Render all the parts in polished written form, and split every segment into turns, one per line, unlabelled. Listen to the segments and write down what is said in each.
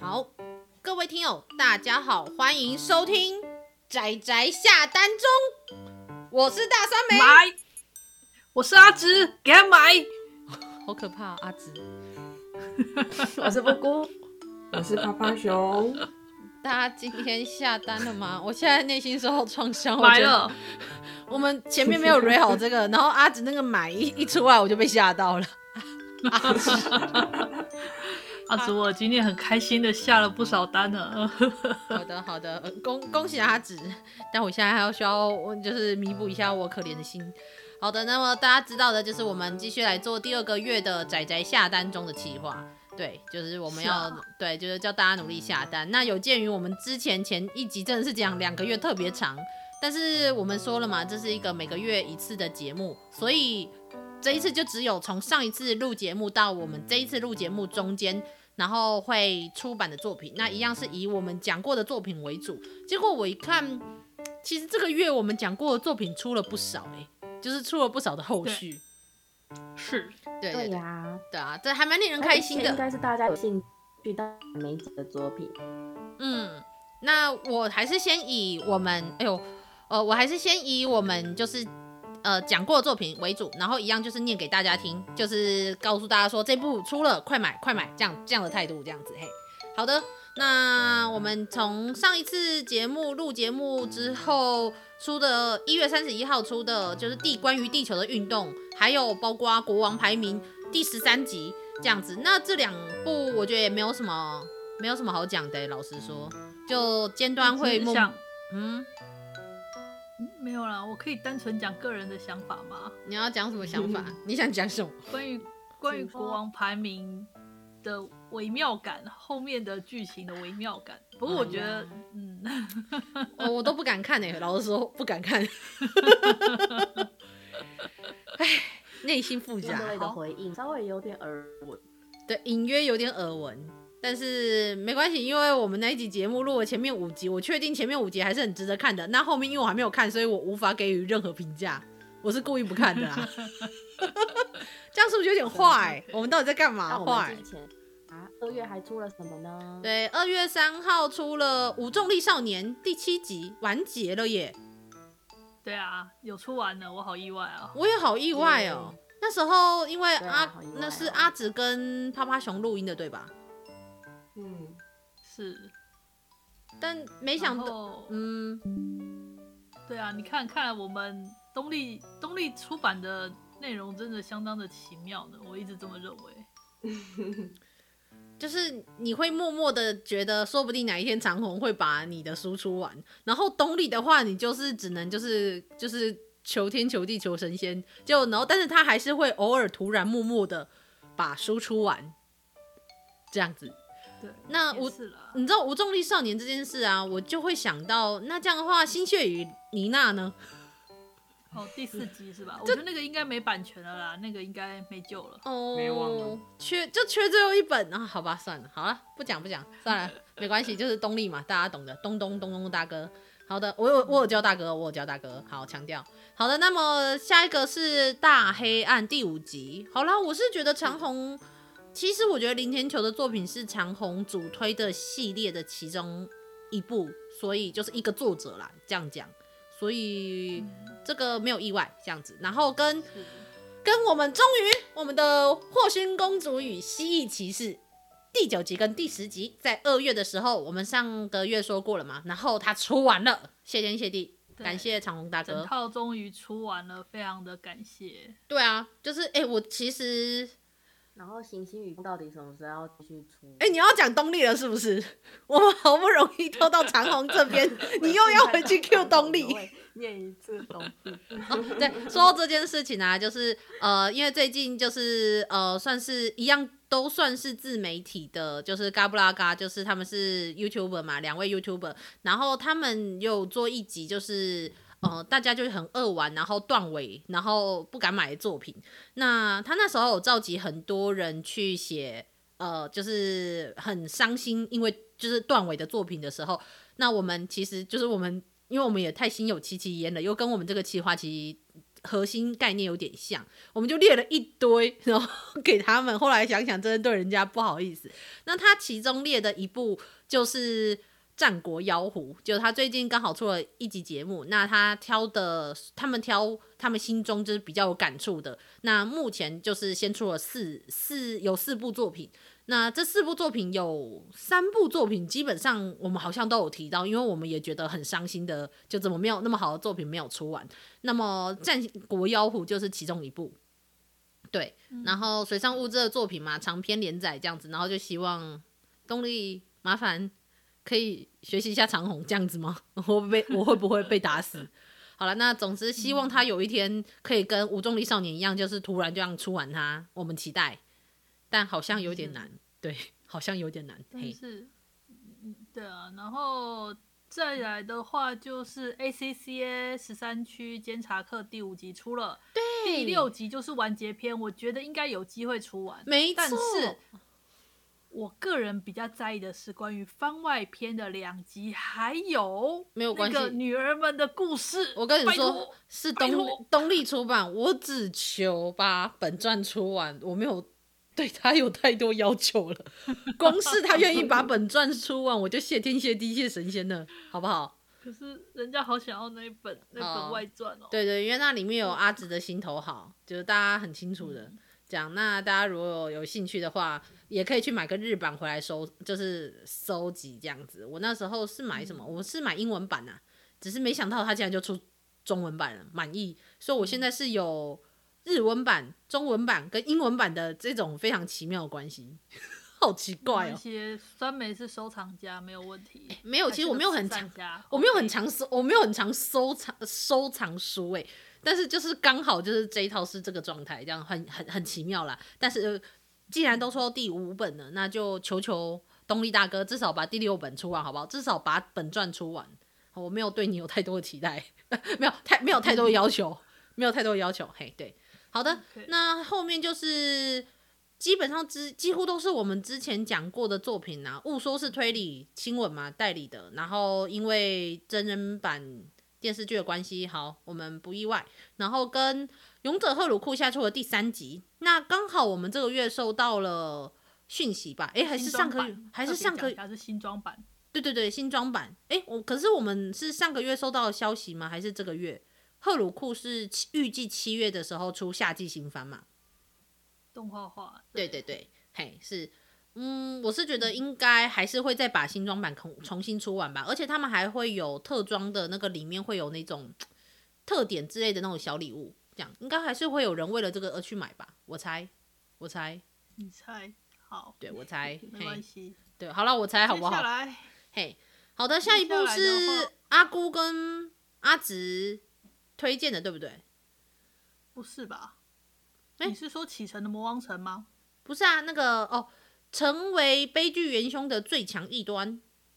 好，各位听友，大家好，欢迎收听宅宅下单中，我是大酸梅，
买，我是阿直，给他买，
好可怕、阿直，
我是布姑，我是趴趴熊。
大家今天下单了吗？我现在内心受到创伤，
买了。
我们前面没有 re 好这个，然后阿直那个买一出来，我就被吓到了。
阿直，我今天很开心的下了不少单呢。
好的，恭喜阿直，但我现在还需要就是弥补一下我可怜的心。好的，那么大家知道的就是我们继续来做第2个月的宅宅下单中的企划。对，就是我们要对，就是叫大家努力下单。那有鉴于我们之前一集真的是讲2个月特别长，但是我们说了嘛，这是一个每个月一次的节目，所以这一次就只有从上一次录节目到我们这一次录节目中间，然后会出版的作品，那一样是以我们讲过的作品为主。结果我一看，其实这个月我们讲过的作品出了不少就是出了不少的后续。
是，
对呀，
对啊，这还蛮令人开心的。
应该是大家有兴趣到每集的作品。
那我还是先以我们，我还是先以我们就是讲过的作品为主，然后一样就是念给大家听，就是告诉大家说这部出了，快买，这样的态度，这样子。嘿，好的。那我们从上一次录节目之后出的1月31号出的，就是关于地球的运动，还有包括国王排名第13集这样子。那这2部我觉得也没有什么好讲的，老实说，就尖端会
没有啦，我可以单纯讲个人的想法吗？
你要讲什么想法？你想讲什么？
关于国王排名的微妙感，后面的剧情的微妙感。不过我觉得，
我都不敢看老实说不敢看。哎，内心复杂。
对的回应稍微有点耳闻，
对，隐约有点耳闻，但是没关系，因为我们那一集节目录了前面5集，我确定前面5集还是很值得看的。那后面因为我还没有看，所以我无法给予任何评价。我是故意不看的啦。这样是不是有点坏？我们到底在干嘛？坏。
2月还出了什么呢？
对，2月3号出了《无重力少年》第7集，完结了耶。
对啊，有出完了，我好意外啊！
我也好意外哦。那时候因为那是阿直跟趴趴熊录音的，对吧？
是。
但没想到，
对啊，你看来我们东立出版的内容真的相当的奇妙呢，我一直这么认为。
就是你会默默的觉得，说不定哪一天长虹会把你的书出完，然后东立的话，你就是只能就是求天求地求神仙，然后但是他还是会偶尔突然默默的把书出完，这样子。
对，
那你知道无重力少年这件事啊，我就会想到，那这样的话，新血与妮娜呢？
第4集是吧？我觉得那个应该没版权了啦，那个应该没救了。
没忘了，
缺最后一本啊，好吧，算了，好了，不讲，算了，没关系，就是东立嘛，大家懂的，东大哥。好的，我有教大哥，好，强调。好的，那么下一个是大黑暗第5集。好啦，我是觉得长虹，其实我觉得林田球的作品是长虹主推的系列的其中一部，所以就是一个作者啦，这样讲。所以这个没有意外，这样子。然后跟我们终于我们的霍勋公主与蜥蜴骑士第9集跟第10集，在2月的时候，我们上个月说过了嘛，然后它出完了，谢天谢地，感谢长虹大哥，
整套终于出完了，非常的感谢。
对啊，就是我其实。
然后行星雨到底什么时候要继续出？
你要讲东立了是不是？我们好不容易拖到长虹这边，你又要回去 Q 东立，
念一次东立。
对，说到这件事情啊，就是因为最近就是算是一样，都算是自媒体的，就是嘎布拉嘎，就是他们是 YouTuber 嘛，2位 YouTuber， 然后他们有做一集，就是大家就是很扼腕，然后断尾，然后不敢买的作品。那他那时候有召集很多人去写，就是很伤心，因为就是断尾的作品的时候，那我们其实就是因为我们也太心有戚戚焉了，又跟我们这个企划其实核心概念有点像，我们就列了一堆，然后给他们。后来想想，真的对人家不好意思。那他其中列的一部就是《战国妖狐》，就他最近刚好出了一集节目，那他们挑他们心中就是比较有感触的。那目前就是先出了四部作品。那这4部作品有3部作品基本上我们好像都有提到，因为我们也觉得很伤心的，就怎么没有那么好的作品没有出完。那么《战国妖狐》就是其中一部，对。然后水上物质的作品嘛，长篇连载这样子，然后就希望东立麻烦可以学习一下长虹这样子吗？我会不会被打死？好了，那总之希望他有一天可以跟无重力少年一样，就是突然这样出完他，我们期待。但好像有点难，对，好像有点难。
但是，对啊，然后再来的话就是 ACCA 13区监察课第5集出了，
对，
第6集就是完结篇，我觉得应该有机会出完。
没错，
但是我个人比较在意的是关于番外篇的2集，还有
没有关系，
那个女儿们的故事。
我跟你说，是东立出版，我只求把本传出完，我没有对他有太多要求了。光是他愿意把本传出完，我就谢天谢地谢神仙了，好不好？
可是人家好想要那本外传哦。
对对，因为那里面有阿直的心头好，就是大家很清楚的。这样，那大家如果有兴趣的话，也可以去买个日版回来就是收集这样子。我那时候是买什么？我是买英文版啊，只是没想到他竟然就出中文版了，满意。所以我现在是有日文版、中文版跟英文版的这种非常奇妙的关系，好奇怪哦。
那些酸梅是收藏家没有问题，
没有，其实我没有很常，我没有很常收藏书但是就是刚好就是这一套是这个状态，这样很奇妙啦。但是既然都说第5本了，那就求东立大哥至少把第6本出完好不好？至少把本传出完。我没有对你有太多的期待，没有太多的要求，没有太多的要求。嘿，对。好的，那后面就是基本上几乎都是我们之前讲过的作品啊。误说是推理新闻嘛，代理的，然后因为真人版电视剧的关系，好，我们不意外。然后跟勇者赫鲁库下出了第3集，那刚好我们这个月收到了讯息吧？还是上个月？还是上个月？
还是新装版？
对，新装版。可是我们是上个月收到的消息吗？还是这个月？赫鲁库是预计7月的时候出夏季新番嘛？
动画化。
对，嘿，是，我是觉得应该还是会再把新装版重新出完吧，而且他们还会有特装的那个，里面会有那种特点之类的那种小礼物，这样应该还是会有人为了这个而去买吧，我猜。
你猜？好，
对，我猜，
没关系。
对，好了，我猜好不好？
接下来，
嘿，好的，下一步是阿姑跟阿直推荐的，对不对？
不是吧？你是说启程的魔王城吗？
不是啊，那个成为悲剧元凶的最强异端。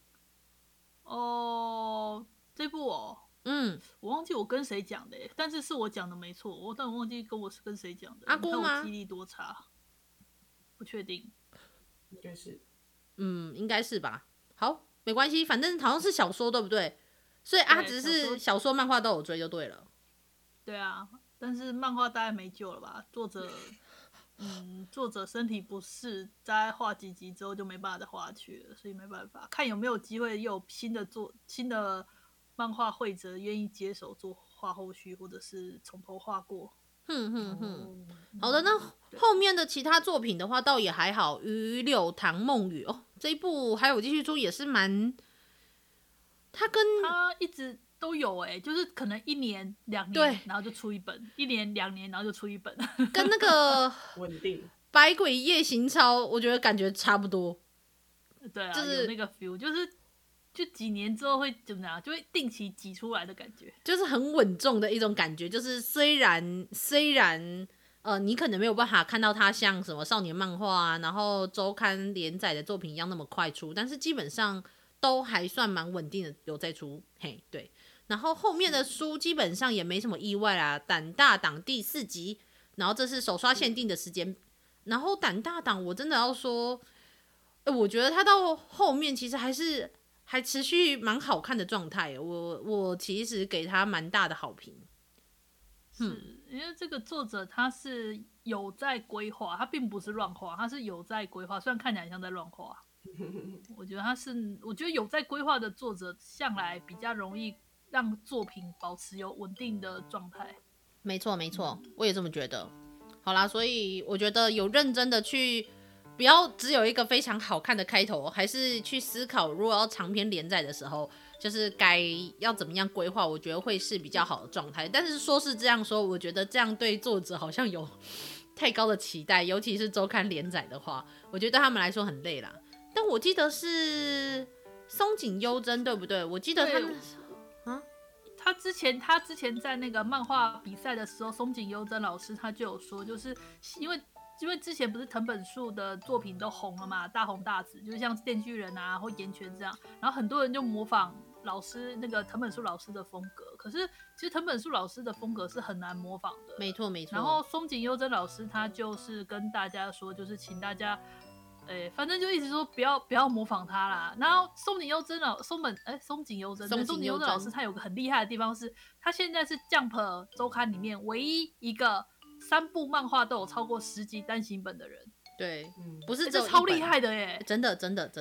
这部我忘记我跟谁讲的但是是我讲的没错，但我忘记我是跟谁讲的。
阿姑吗？
你看我记忆力多差，不确定。
应该是，
应该是吧。好，没关系，反正好像是小说，对不对？所以阿直是小说、漫画都有追就对了。
对啊，但是漫画大概没救了吧？作者身体不适，在画几集之后就没办法再画下去了，所以没办法，看有没有机会又有新的漫画绘者愿意接手做画后续，或者是从头画过。
好的，那后面的其他作品的话，倒也还好。鱼柳堂梦雨这一部还有继续出，也是蛮，他
一直都有就是可能1年2年，
对，
然后就出一本，1年2年，然后就出一本，
跟那个
稳定
百鬼夜行超，我觉得感觉差不多。
对啊，就是有那个 feel，就几年之后会怎么样，就会定期挤出来的感觉，
就是很稳重的一种感觉。就是虽然你可能没有办法看到它像什么少年漫画啊，然后周刊连载的作品一样那么快出，但是基本上都还算蛮稳定的有在出。嘿，对。然后后面的书基本上也没什么意外啦，胆大党第4集，然后这是首刷限定的时间。然后胆大党我真的要说，我觉得它到后面其实还持续蛮好看的状态，我其实给他蛮大的好评。
因为这个作者他是有在规划，他并不是乱画，他是有在规划，虽然看起来像在乱画。我觉得有在规划的作者向来比较容易让作品保持有稳定的状态。
没错没错，我也这么觉得。好啦，所以我觉得有认真的去，不要只有一个非常好看的开头，还是去思考，如果要长篇连载的时候，就是该要怎么样规划，我觉得会是比较好的状态。但是说是这样说，我觉得这样对作者好像有太高的期待，尤其是周刊连载的话，我觉得对他们来说很累啦。但我记得是松井优真对不对？我记得
他之前在那个漫画比赛的时候，松井优真老师他就有说，就是因为之前不是藤本树的作品都红了嘛，大红大紫，就是像电锯人啊或岩泉这样，然后很多人就模仿老师那个藤本树老师的风格，可是其实藤本树老师的风格是很难模仿的。
没错没错。
然后松井优真老师他就是跟大家说，就是请大家。反正就一直说不要模仿他啦。然后松井优真老师他有个很厉害的地方是，他现在是 Jump 周刊里面唯一一个3部漫画都有超过10集单行本的人。
对，不是只有
这超厉害的耶！
真的。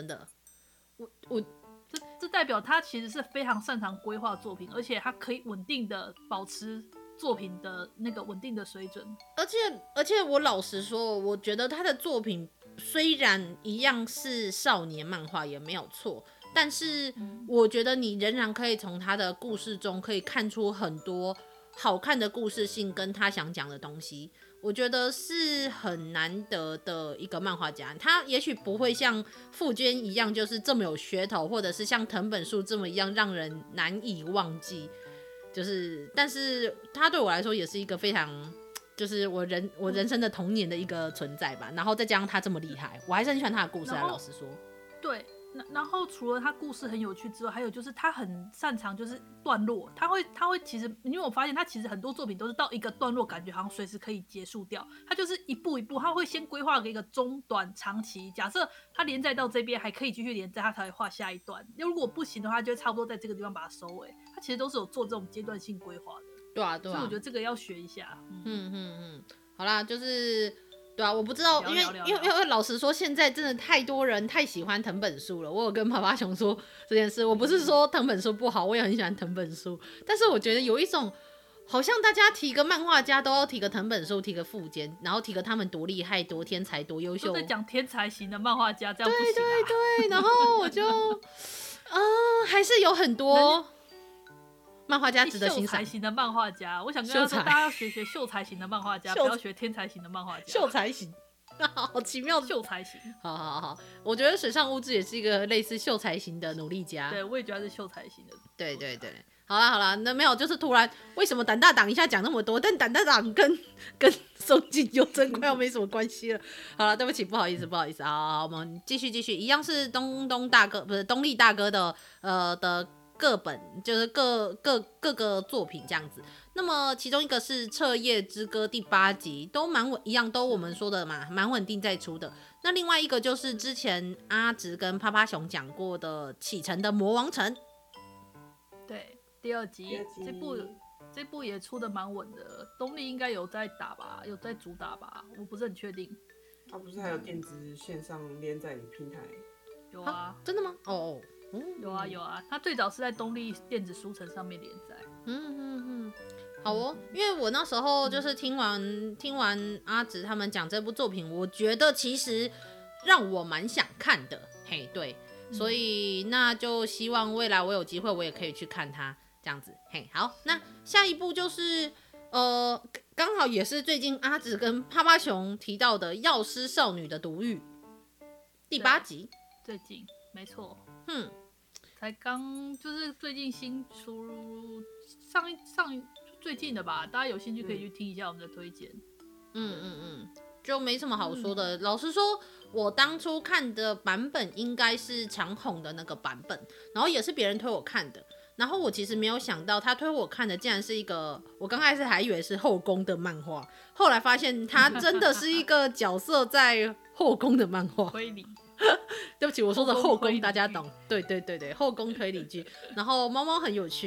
这代表他其实是非常擅长规划作品，而且他可以稳定的保持作品的那个稳定的水准。
而且我老实说，我觉得他的作品虽然一样是少年漫画也没有错，但是我觉得你仍然可以从他的故事中可以看出很多好看的故事性跟他想讲的东西，我觉得是很难得的一个漫画家。他也许不会像富坚一样就是这么有噱头，或者是像藤本树这么一样让人难以忘记，就是但是他对我来说也是一个非常就是我人生的童年的一个存在吧，然后再加上他这么厉害，我还是很喜欢他的故事啊。老实说，
对，然后除了他故事很有趣之外，还有就是他很擅长就是段落，他会其实因为我发现他其实很多作品都是到一个段落，感觉好像随时可以结束掉，他就是一步一步，他会先规划一个中短长期，假设他连载到这边还可以继续连载，他才会画下一段，如果不行的话，就会差不多在这个地方把它收尾。他其实都是有做这种阶段性规划的。
对啊，
所以我觉得这个要学一下。
好啦，就是对啊，我不知道，因为老实说，现在真的太多人太喜欢藤本树了。我有跟爸爸熊说这件事，我不是说藤本树不好，我也很喜欢藤本树，但是我觉得有一种好像大家提个漫画家都要提个藤本树，提个富坚，然后提个他们多厉害、多天才、多优秀，
都在讲天才型的漫画家，这样不行啊。
对，然后我就还是有很多漫画家值得欣赏。
秀才型的漫画家，我想跟他说，大家要学秀才型的漫画家，不要学天才型的漫画家。
秀才型，好奇妙。
秀才型，
好，我觉得水上悟志也是一个类似秀才型的努力家。
对，我也觉得他是秀才型的。
对，好啦，那没有，就是突然为什么胆大党一下讲那么多，但胆大党跟松井优真快要没什么关系了。好了，对不起，不好意思，好，我们继续，一样是东立大哥的各本，就是各个作品这样子。那么其中一个是《彻夜之歌》第8集，都一样，都我们说的嘛，蛮稳定在出的。那另外一个就是之前阿直跟趴趴熊讲过的启程的魔王城。
对，第二集这部也出的蛮稳的，东立应该有在打吧，有在主打吧，我不是很确定。
他不是还有电子线上连载的平台？
有啊，
真的吗？
有啊，他最早是在东立电子书城上面连载。
好哦，因为我那时候就是听完阿直他们讲这部作品，我觉得其实让我蛮想看的，嘿，对，所以那就希望未来我有机会我也可以去看它，这样子，嘿，好，那下一部就是刚好也是最近阿直跟趴趴熊提到的《药师少女的毒狱》第8集，
最近没错，才刚就是最近新出最近的吧，大家有兴趣可以去听一下我们的推荐。
就没什么好说的。老实说，我当初看的版本应该是长虹的那个版本，然后也是别人推我看的。然后我其实没有想到，他推我看的竟然是一个，我刚开始还以为是后宫的漫画，后来发现他真的是一个角色在后宫的漫画。
推理。
对不起，我说的后宫大家懂。对，后宫推理剧。然后猫猫很有趣。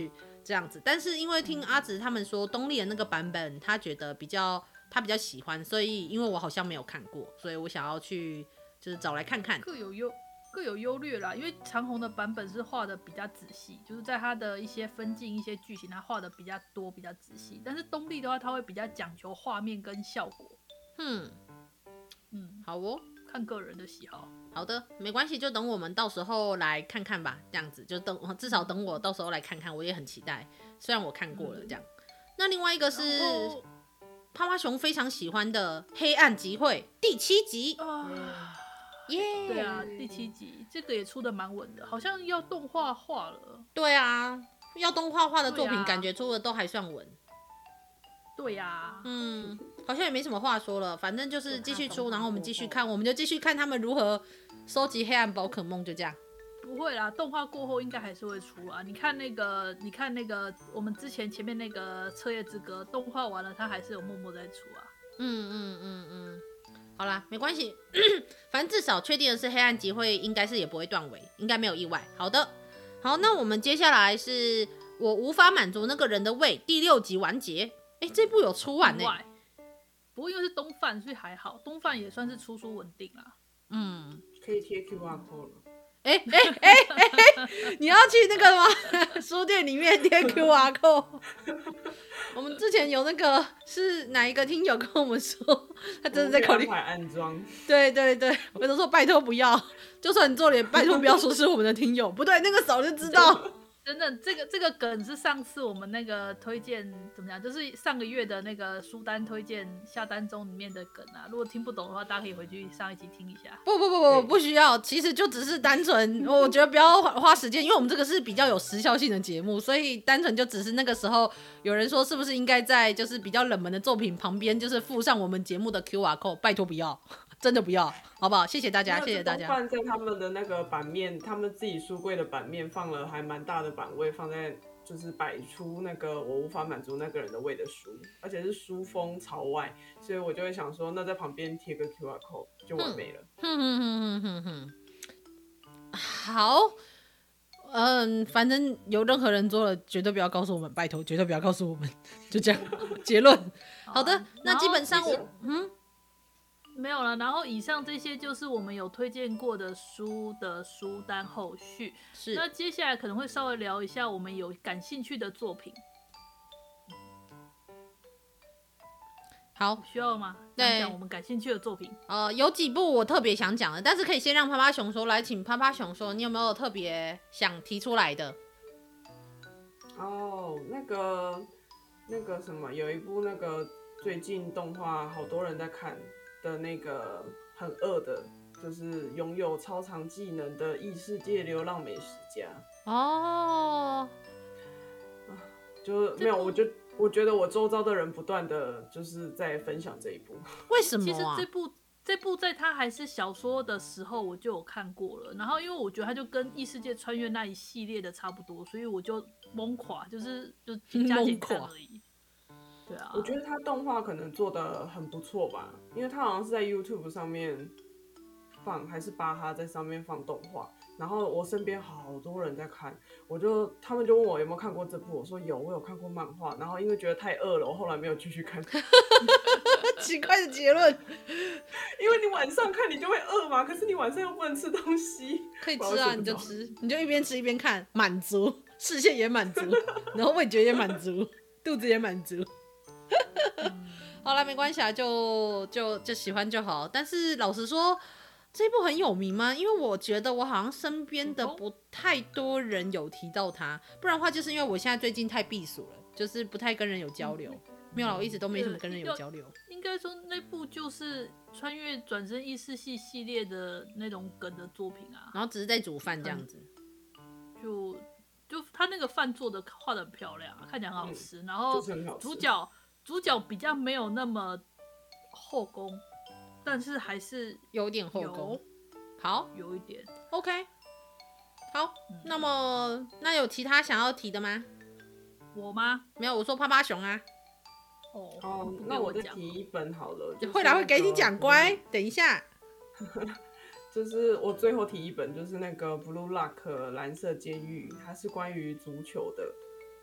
这样子。但是因为听阿紫他们说东立的那个版本，他觉得他比较喜欢，所以因为我好像没有看过，所以我想要去就是找来看看。
各有优劣啦，因为长虹的版本是画的比较仔细，就是在它的一些分镜、一些剧情，它画的比较多、比较仔细。但是东立的话，它会比较讲求画面跟效果。
好哦，
看个人的喜好。
好的，没关系，就等我们到时候来看看吧，这样子就至少等我到时候来看看，我也很期待。虽然我看过了这样。那另外一个是趴趴熊非常喜欢的《黑暗集会》第7集。耶！
对啊，第7集这个也出的蛮稳的，好像要动画化了。
对啊，要动画化的作品，感觉出的都还算稳。
对呀，
好像也没什么话说了，反正就是继续出，然后我们继续看，我们就继续看他们如何收集黑暗宝可梦，就这样。
不会啦，动画过后应该还是会出啊。你看那个，我们前面那个《彻夜之歌》动画完了，它还是有默默在出啊。
好啦，没关系，反正至少确定的是黑暗集会应该是也不会断尾，应该没有意外。好的，好，那我们接下来是我无法满足那个人的胃第6集完结。这部有出完呢。
不过因为是东贩，所以还好，东贩也算是出书稳定啦。
可以贴 QR code 了。
你要去那个吗？书店里面贴 QR code。我们之前有那个是哪一个听友跟我们说，他真的在考虑
安装。
对，我都说拜托不要，就算你做脸，拜托不要说是我们的听友，不对，那个早就知道。
真的，这个梗是上次我们那个推荐怎么讲，就是上个月的那个书单推荐下单中里面的梗啊。如果听不懂的话，大家可以回去上一集听一下。
不需要，其实就只是单纯，我觉得不要花时间，因为我们这个是比较有时效性的节目，所以单纯就只是那个时候有人说是不是应该在就是比较冷门的作品旁边就是附上我们节目的 QR code， 拜托不要。真的不要，好不好？谢谢大家，谢谢大家。
放在他们的那个版面，他们自己书柜的版面放了还蛮大的版位，放在就是摆出那个我无法满足那个人的胃的书，而且是书封朝外，所以我就会想说，那在旁边贴个 QR code 就完美了。
好，反正有任何人做了，绝对不要告诉我们，拜托，绝对不要告诉我们，就这样。结论。好的，那基本上
没有了，然后以上这些就是我们有推荐过的书的书单后续。
是，
那接下来可能会稍微聊一下我们有感兴趣的作品。
好，
需要吗？
对，
讲我们感兴趣的作品。
有几部我特别想讲的，但是可以先让趴趴熊说，来，请趴趴熊说，你有没有特别想提出来的？
那个什么，有一部那个最近动画好多人在看的那个很饿的，就是拥有超常技能的异世界流浪美食家。就没有，我觉得我周遭的人不断的就是在分享这一部。
为什么
其实这部在它还是小说的时候我就有看过了，然后因为我觉得它就跟异世界穿越那一系列的差不多，所以我就懵垮，就加减看而已。对啊，
我觉得他动画可能做的很不错吧，因为他好像是在 YouTube 上面放，还是巴哈在上面放动画，然后我身边好多人在看，他们就问我有没有看过这部，我说有，我有看过漫画，然后因为觉得太饿了，我后来没有继续看。
奇怪的结论，
因为你晚上看你就会饿嘛，可是你晚上又不能吃东西，
可以吃啊，你就吃，你就一边吃一边看，满足，视线也满足，然后味觉也满足，肚子也满足。好啦，没关系啊，就喜欢就好。但是老实说，这一部很有名吗？因为我觉得我好像身边的不太多人有提到它，不然的话就是因为我现在最近太避暑了，就是不太跟人有交流。没有啦，我一直都没什么跟人有交流。应
该说那部就是穿越转身异世系列的那种梗的作品啊，
然后只是在煮饭这样子。
就他那个饭画的很漂亮，看起来很好吃，然后主角比较没有那么后宫，但是还是
有点后宫。好，
有一点。
OK， 好，那有其他想要提的吗？
我吗？
没有，我说趴趴熊啊。
那我再提一本好了。
会来会给你讲，乖。等一下，
就是我最后提一本，就是那个 Blue Lock 蓝色监狱，它是关于足球的。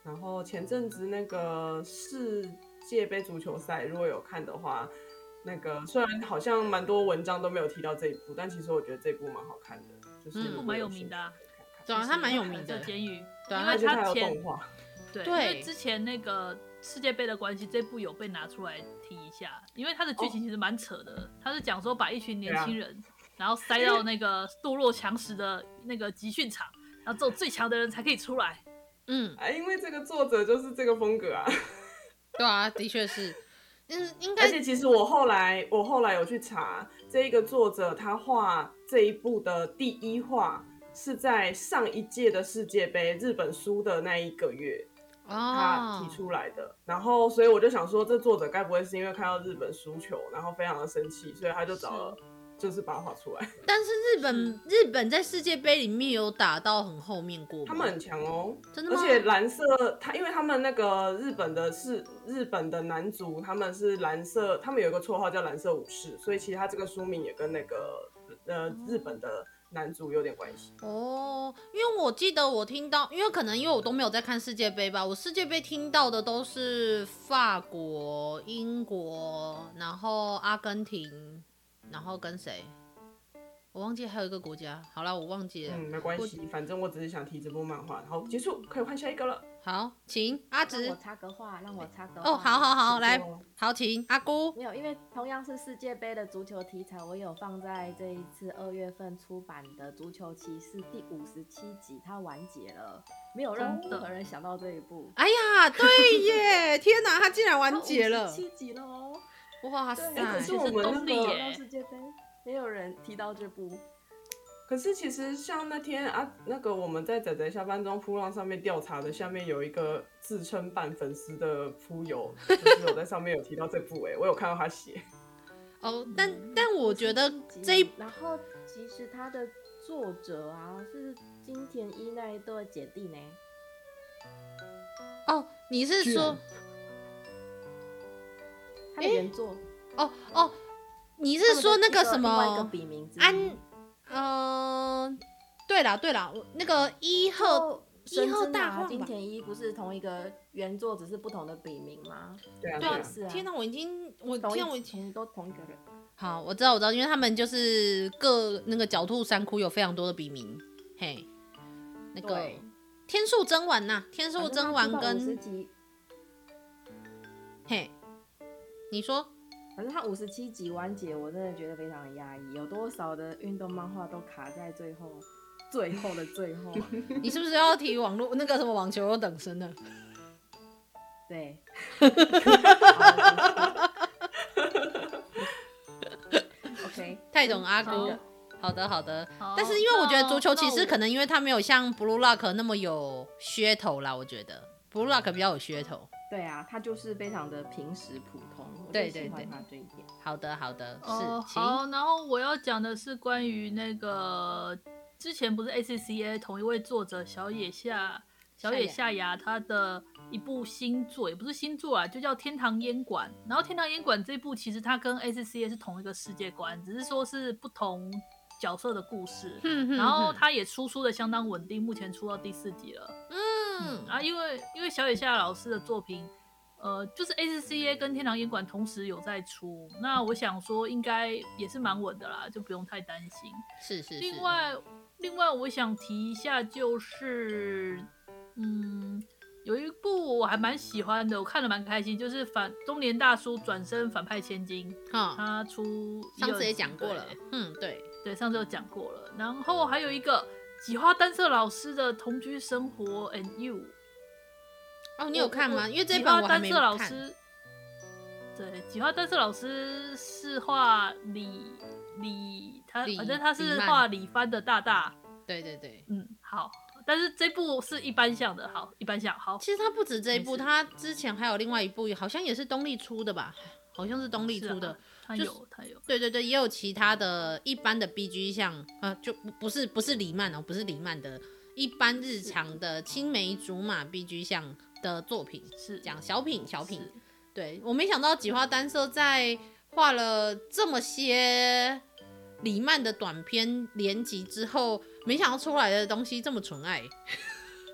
然后前阵子那个世界杯足球赛，如果有看的话，那个虽然好像蛮多文章都没有提到这一部，但其实我觉得这部蛮好看的，就是
这部蛮有名的啊。
对啊，它蛮有名的。
监狱，
对啊，
因为
而且它有
前
动画。
对，因为之前那个世界杯的关系，这部有被拿出来提一下，因为它的剧情其实蛮扯的。它是讲说把一群年轻人，然后塞到那个堕落强食的那个集训场，然后只有最强的人才可以出来。
因为这个作者就是这个风格啊。
对啊，的确是。应该。
而且其实我后来有去查，这一个作者他画这一部的第一画是在上一届的世界杯日本输的那一个月。他提出来的，然后所以我就想说，这作者该不会是因为看到日本输球，然后非常的生气，所以他就找了，就是把它画出来。
但是日本在世界杯里面有打到很后面过吗？
他们很强哦，
真的吗？
而且蓝色，因为他们那个日本的男足，他们是蓝色，他们有一个绰号叫蓝色武士，所以其实他这个书名也跟那个日本的男足有点关系
哦。因为我记得我听到，因为我都没有在看世界杯吧，我世界杯听到的都是法国、英国，然后阿根廷，然后跟谁？我忘记还有一个国家。好啦，我忘记了。
没关系，反正我只是想提这部漫画。好，结束，可以换下一个了。
好，请阿直。
让我插个话。
哦，好，来，好，请阿姑。
没有，因为同样是世界杯的足球题材，我有放在这一次2月份出版的《足球骑士》第57集，它完结了，没有任何人想到这一部。
哎呀，对耶！天哪，它竟然完结了
，57集了哦！
哇塞，
可是我们那个
世界杯，没有人提到这部。
可是其实像那天啊，那个我们在仔仔下班中噗浪上面调查的，下面有一个自称半粉丝的噗友，就是有在上面有提到这部我有看到他写。
哦，但我觉得
然后其实他的作者啊是金田一那一对姐弟呢。
哦，你是说
他的原作？
哦，你是说那个什么
另外一个笔名之一？
对啦，那个一贺大晃吧，
金田一不是同一个原作，只是不同的笔名吗？
对啊，
是啊。
天哪，我以前
都同一个人。
好，我知道，因为他们就是各那个狡兔三窟有非常多的笔名，嘿，那个天数真丸呐，天数真丸跟嘿，你说。
反正他57集完结，我真的觉得非常压抑。有多少的运动漫画都卡在最后的最后。
你是不是要提网络那个什么网球有等身的？
对。OK，
太懂阿姑。好的。但是因为我觉得足球骑士可能因为他没有像 Blue Lock 那么有噱头啦，我觉得 Blue Lock 比较有噱头。
对啊，他就是非常的平实普通，
对，
喜欢他这一点。
好的，
好，然后我要讲的是关于那个之前不是 ACCA 同一位作者小野夏芽他的一部新作，也不是新作啊，就叫《天堂烟馆》。然后《天堂烟馆》这部其实它跟 ACCA 是同一个世界观，只是说是不同角色的故事。然后它也出的相当稳定，目前出到第4集了。因为小野夏老师的作品，就是 ACCA 跟天堂烟馆同时有在出，那我想说应该也是蛮稳的啦，就不用太担心。
是。
另外我想提一下，就是有一部我还蛮喜欢的，我看了蛮开心，就是中年大叔转身反派千金，他出
上次也讲过了，对，
上次有讲过了。然后还有一个吉花丹瑟老师的同居生活 and you。
哦，你有看吗？因为这本我还没看。
对，吉花丹瑟老师是画反正他是画李帆的大大。
对。
好。但是这部是一般向的，一般向。好，
其实他不止这一部，他之前还有另外一部，好像也是东立出的吧？好像是东立出的，
他有。
对，也有其他的一般的 BG 向，就不是李漫哦，不是李漫的，一般日常的青梅竹马 BG 向的作品，
是
讲小品。对，我没想到吉花丹瑟在画了这么些李漫的短篇连集之后，没想到出来的东西这么纯爱。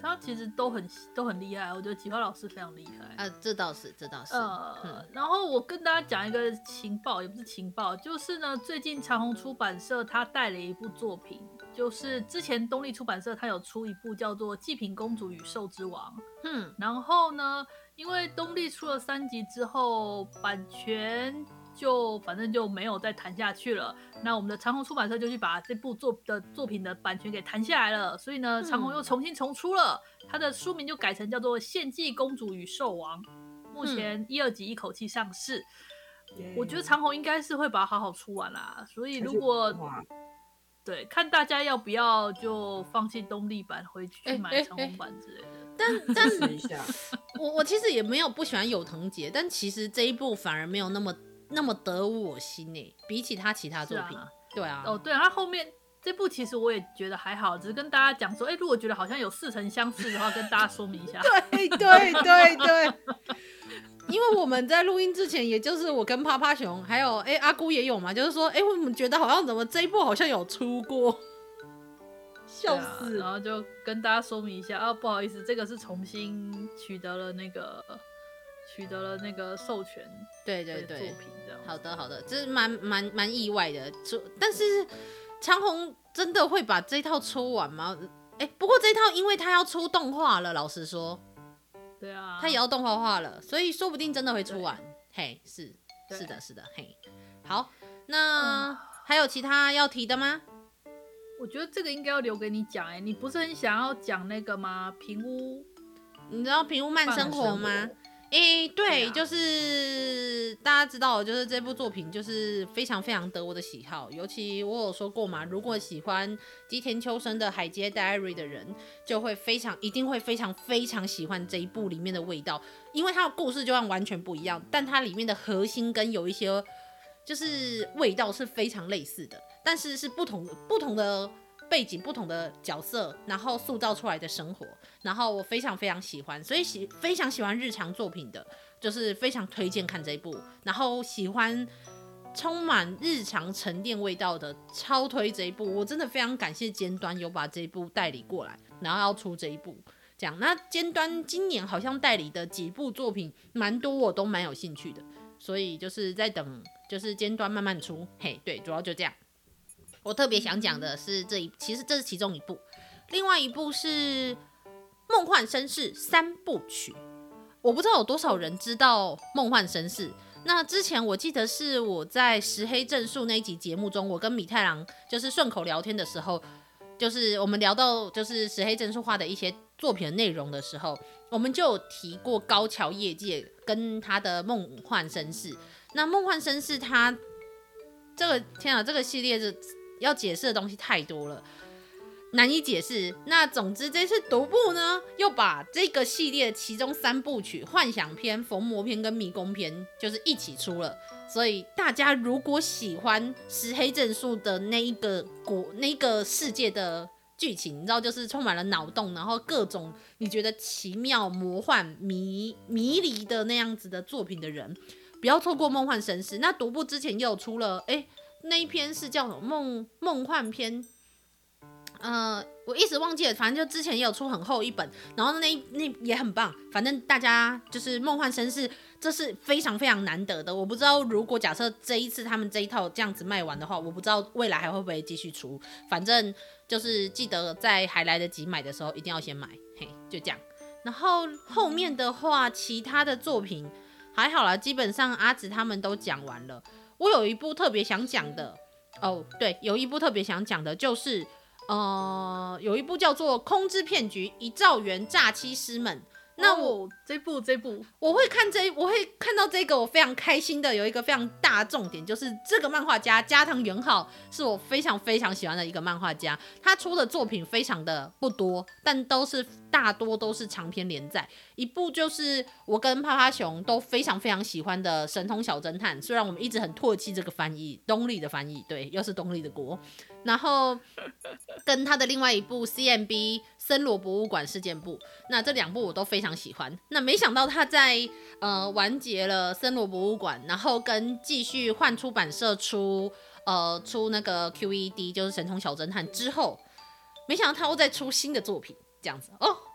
他其实都很厉害，我觉得吉花老师非常厉害。
这倒是。
然后我跟大家讲一个情报，也不是情报，就是呢，最近长鸿出版社他带了一部作品，就是之前东立出版社他有出一部叫做《济贫公主与兽之王》。然后呢，因为东立出了3集之后，版权反正就没有再谈下去了。那我们的长鸿出版社就去把这部作品的版权给谈下来了，所以呢，长鸿又重新重出了，它的书名就改成叫做《献祭公主与兽王》。目前1、2集一口气上市，我觉得长鸿应该是会把它好好出完啦。所以如果对看大家要不要就放弃东立版，回去买长鸿版之类的。
但
试一下，
我其实也没有不喜欢有藤节，但其实这一部反而没有那么得我心欸，比起他其他作品。对啊，
对啊，他后面这部其实我也觉得还好，只是跟大家讲说，如果觉得好像有似曾相识的话，跟大家说明一下。
对，因为我们在录音之前，也就是我跟趴趴熊还有阿姑也有嘛，就是说我们觉得好像怎么这一部好像有出过，笑死。
然后就跟大家说明一下不好意思，这个是重新取得了那个授权，
对
作品这样。
好的，这是蛮意外的。但是长鸿真的会把这套出完吗？不过这套因为他要出动画了，老实说，
对啊，
他也要动画化了，所以说不定真的会出完。嘿，是的，嘿，好，那还有其他要提的吗？
我觉得这个应该要留给你讲你不是很想要讲那个吗？平屋，
你知道平屋慢生活吗？对，就是大家知道，就是这部作品就是非常非常得我的喜好，尤其我有说过嘛，如果喜欢吉田秋生的《海街 Diary》的人，就会一定会非常非常喜欢这一部里面的味道，因为它的故事就算完全不一样，但它里面的核心跟有一些就是味道是非常类似的，但是是不同的背景，不同的角色，然后塑造出来的生活，然后我非常非常喜欢，所以非常喜欢日常作品的，就是非常推荐看这一部。然后喜欢充满日常沉淀味道的，超推这一部。我真的非常感谢尖端有把这一部代理过来，然后要出这一部。这样，那尖端今年好像代理的几部作品蛮多，我都蛮有兴趣的，所以就是在等，就是尖端慢慢出。嘿，对，主要就这样。我特别想讲的是其实这是其中一部，另外一部是《梦幻绅士3部曲》。我不知道有多少人知道《梦幻绅士》。那之前我记得是我在石黑正数那一集节目中，我跟米太郎就是顺口聊天的时候，就是我们聊到就是石黑正数画的一些作品的内容的时候，我们就有提过高桥业界跟他的《梦幻绅士》。那《梦幻绅士》他这个系列是要解释的东西太多了，难以解释。那总之这次独步呢，又把这个系列其中3部曲幻想篇、逢魔篇跟迷宫篇就是一起出了，所以大家如果喜欢石黑正数的那一个世界的剧情，你知道就是充满了脑洞，然后各种你觉得奇妙、魔幻、迷离的那样子的作品的人，不要错过梦幻绅士。那独步之前也有出了那一篇是叫什么梦幻篇，我一时忘记了，反正就之前也有出很厚一本，然后那也很棒。反正大家就是梦幻绅士，这是非常非常难得的。我不知道如果假设这一次他们这一套这样子卖完的话，我不知道未来还会不会继续出。反正就是记得在还来得及买的时候一定要先买，嘿，就这样。然后后面的话，其他的作品还好啦，基本上阿紫他们都讲完了。我有一部特别想讲的对，有一部特别想讲的就是有一部叫做《空之骗局：一兆元诈欺师们》。那
这部
我会看到这个，我非常开心的有一个非常大的重点，就是这个漫画家加藤元浩是我非常非常喜欢的一个漫画家，他出的作品非常的不多，但大多都是长篇连载。一部就是我跟趴趴熊都非常非常喜欢的《神通小侦探》，虽然我们一直很唾弃这个翻译，东立的翻译，对，又是东立的锅。然后跟他的另外一部 CMB 森罗博物馆事件簿，那这2部我都非常喜欢。那没想到他在完结了森罗博物馆，然后跟继续换出版社出那个 QED 就是神通小侦探之后，没想到他又再出新的作品这样子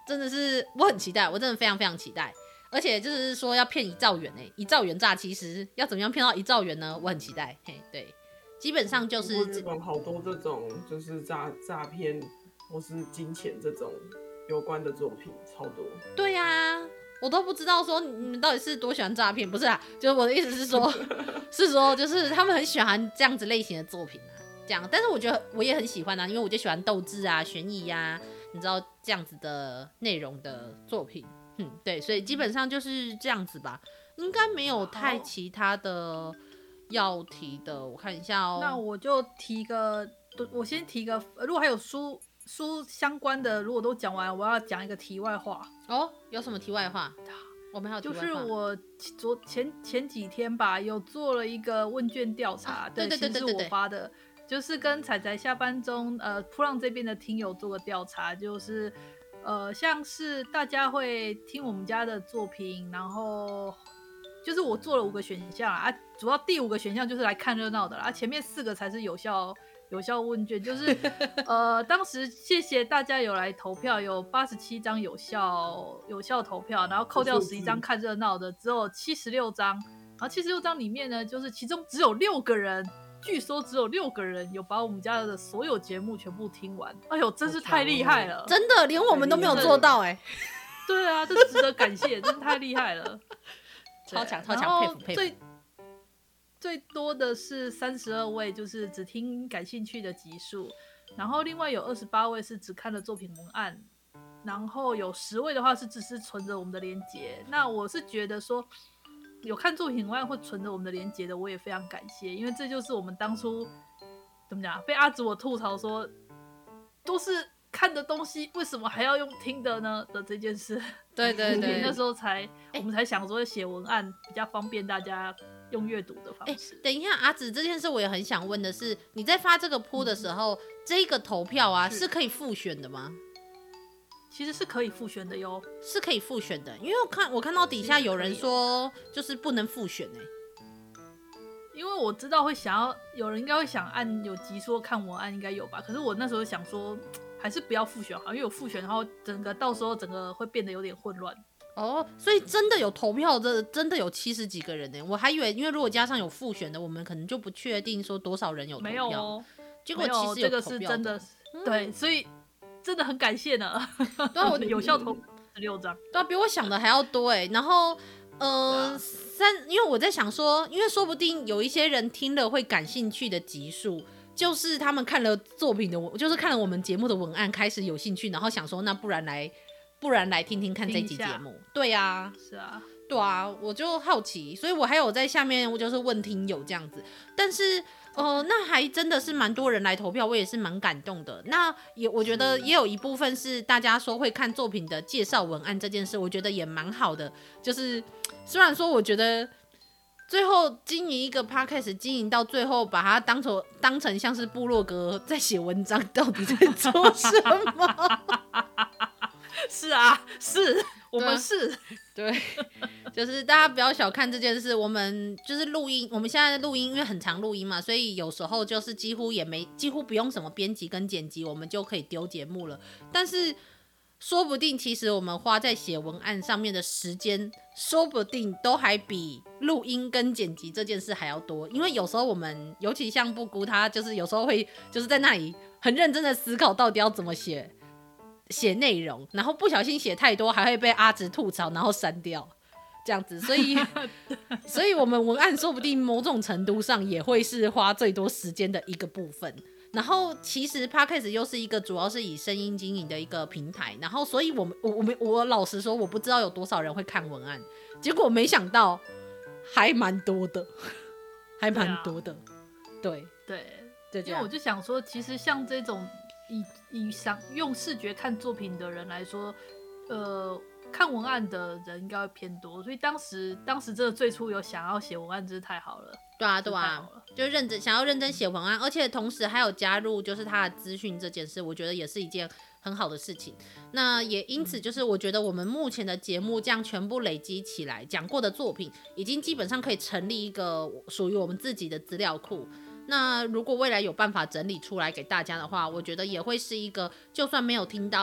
真的是我很期待，我真的非常非常期待。而且就是说要骗1兆元1兆元诈欺师要怎么样骗到1兆元呢？我很期待。嘿，对，基本上就是
日本好多这种就是诈骗或是金钱这种有关的作品超多。
对呀、我都不知道说你们到底是多喜欢诈骗，不是啊？就是我的意思是说，是说就是他们很喜欢这样子类型的作品啊，这样。但是我觉得我也很喜欢啊，因为我就喜欢斗智啊、悬疑啊，你知道这样子的内容的作品。对，所以基本上就是这样子吧，应该没有太其他的要提的。我看一下哦。
那我就提个，我先提个，如果还有书相关的，如果都讲完，我要讲一个题外话。
哦，有什么题外话？我们还有题外话。
就是我前几天吧，有做了一个问卷调查，
对，
其实是我发的，就是跟彩彩下班中噗浪这边的听友做个调查，就是像是大家会听我们家的作品，然后就是我做了5个选项啊，主要第5个选项就是来看热闹的啦，前面4个才是有效问卷，就是当时谢谢大家有来投票，有87张有效投票，然后扣掉11张看热闹的，只有76张，然后76张里面呢，就是其中只有6个人。据说只有6个人有把我们家的所有节目全部听完，哎呦，真是太厉害了！
真的，连我们都没有做到哎。
对啊，这值得感谢，真是太厉害了，
超强，佩服佩服。
最多的是32位，就是只听感兴趣的集数，然后另外有28位是只看了作品文案，然后有10位的话是只是存着我们的连结。那我是觉得说，有看作品文案或存着我们的连结的，我也非常感谢，因为这就是我们当初怎么讲，被阿紫我吐槽说都是看的东西，为什么还要用听的呢的这件事。
对，
那时候我们才想说写文案比较方便大家用阅读的方式。
等一下，阿紫这件事我也很想问的是，你在发这个噗的时候，这个投票啊是可以复选的吗？
其实是可以复选的哟，
是可以复选的，因为我看到底下有人说就是不能复选
因为我知道有人应该会想按有集数看文案应该有吧，可是我那时候想说还是不要复选好，因为有复选然后到时候整个会变得有点混乱。
哦，所以真的有投票的，真的有70几个人我还以为因为如果加上有复选的，我们可能就不确定说多少人有投票。
没有哦，
结果其实有投票的。
这个是真的，对，所以真的很感谢呢。
对啊，
我的有效投16张，
对啊，比我想的还要多然后因为我在想说，因为说不定有一些人听了会感兴趣的集数，就是他们看了作品的就是看了我们节目的文案开始有兴趣，然后想说那不然来听听看这集节目。对啊，
是啊，
对啊，我就好奇，所以我还有在下面就是问听友这样子，但是那还真的是蛮多人来投票，我也是蛮感动的。那我觉得也有一部分是大家说会看作品的介绍文案这件事，我觉得也蛮好的。就是虽然说我觉得最后经营一个 podcast 经营到最后，把它当成像是部落格在写文章，到底在做什么？
是啊，是我们是。
对，就是大家不要小看这件事。我们就是录音，我们现在的录音因为很常录音嘛，所以有时候就是几乎不用什么编辑跟剪辑，我们就可以丢节目了。但是说不定其实我们花在写文案上面的时间，说不定都还比录音跟剪辑这件事还要多。因为有时候我们，尤其像布姑，他就是有时候会就是在那里很认真的思考到底要怎么写内容，然后不小心写太多，还会被阿直吐槽，然后删掉，这样子。所以我们文案说不定某种程度上也会是花最多时间的一个部分。然后其实 Podcast 又是一个主要是以声音经营的一个平台，然后所以我老实说，我不知道有多少人会看文案，结果没想到还蛮多的，还蛮多的。对，
因为我就想说，其实像这种以想用视觉看作品的人来说，看文案的人应该会偏多，所以当时真的最初有想要写文案，真是太好了。对啊，
就想要认真写文案，而且同时还有加入就是他的资讯这件事，我觉得也是一件很好的事情。那也因此就是我觉得我们目前的节目这样全部累积起来，讲过的作品已经基本上可以成立一个属于我们自己的资料库。那如果未来有办法整理出来给大家的话，我觉得也会是一个就算没有听到